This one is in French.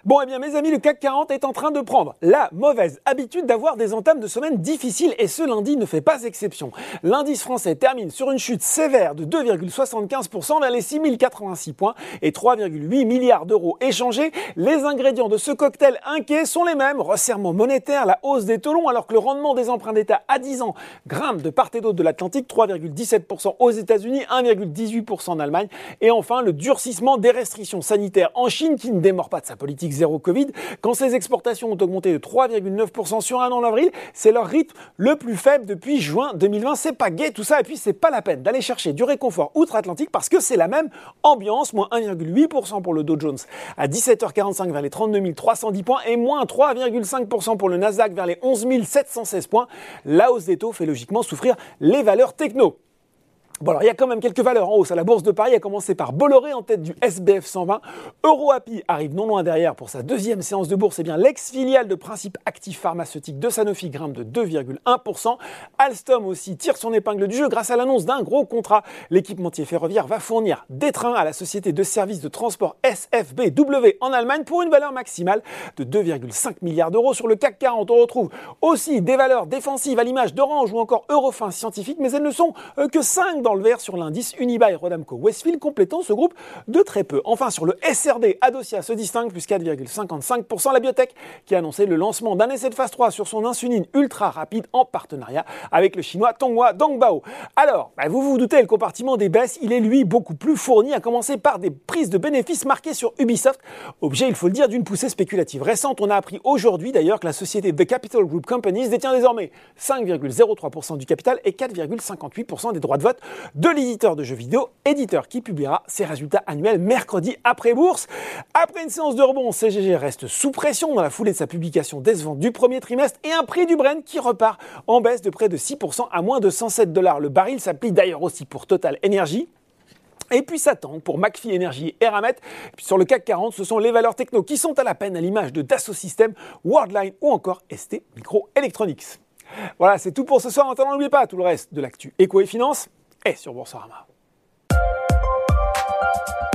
Bon, eh bien, mes amis, le CAC 40 est en train de prendre la mauvaise habitude d'avoir des entames de semaine difficiles et ce lundi ne fait pas exception. L'indice français termine sur une chute sévère de 2,75% vers les 6086 points et 3,8 milliards d'euros échangés. Les ingrédients de ce cocktail inquiet sont les mêmes. Resserrement monétaire, la hausse des taux longs alors que le rendement des emprunts d'État à 10 ans grimpe de part et d'autre de l'Atlantique, 3,17% aux États-Unis, 1,18% en Allemagne. Et enfin, le durcissement des restrictions sanitaires en Chine qui ne démord pas de sa politique zéro Covid. Quand ces exportations ont augmenté de 3,9% sur un an en avril, c'est leur rythme le plus faible depuis juin 2020. C'est pas gai tout ça et puis c'est pas la peine d'aller chercher du réconfort outre-Atlantique parce que c'est la même ambiance, moins 1,8% pour le Dow Jones à 17h45 vers les 32 310 points et moins 3,5% pour le Nasdaq vers les 11 716 points. La hausse des taux fait logiquement souffrir les valeurs techno. Bon alors il y a quand même quelques valeurs en hausse à la Bourse de Paris, à commencer par Bolloré en tête du SBF 120. EuroAPI arrive non loin derrière pour sa deuxième séance de bourse. Et bien l'ex-filiale de Principe Actifs Pharmaceutiques de Sanofi grimpe de 2,1%. Alstom aussi tire son épingle du jeu grâce à l'annonce d'un gros contrat. L'équipementier ferroviaire va fournir des trains à la société de services de transport SFBW en Allemagne pour une valeur maximale de 2,5 milliards d'euros. Sur le CAC 40, on retrouve aussi des valeurs défensives à l'image d'Orange ou encore Eurofins Scientifique, mais elles ne sont que 5 dans le vert sur l'indice Unibail Rodamco Westfield, complétant ce groupe de très peu. Enfin, sur le SRD, Adocia se distingue, plus 4,55%. La biotech qui a annoncé le lancement d'un essai de phase 3 sur son insuline ultra rapide en partenariat avec le chinois Tonghua Dongbao. Alors, vous vous doutez, le compartiment des baisses, il est lui beaucoup plus fourni, à commencer par des prises de bénéfices marquées sur Ubisoft, objet, il faut le dire, d'une poussée spéculative récente. On a appris aujourd'hui d'ailleurs que la société The Capital Group Companies détient désormais 5,03% du capital et 4,58% des droits de vote de l'éditeur de jeux vidéo, éditeur qui publiera ses résultats annuels mercredi après bourse. Après une séance de rebond, CGG reste sous pression dans la foulée de sa publication décevante du premier trimestre et un prix du Brent qui repart en baisse de près de 6% à moins de $107. Le baril s'applique d'ailleurs aussi pour Total Energy. Et puis ça tangue pour McPhy Energy et Eramet. Puis sur le CAC 40, ce sont les valeurs techno qui sont à la peine à l'image de Dassault Systèmes, Worldline ou encore ST Microelectronics. Voilà, c'est tout pour ce soir. Maintenant, n'oubliez pas tout le reste de l'actu éco et finance est sur Boursorama.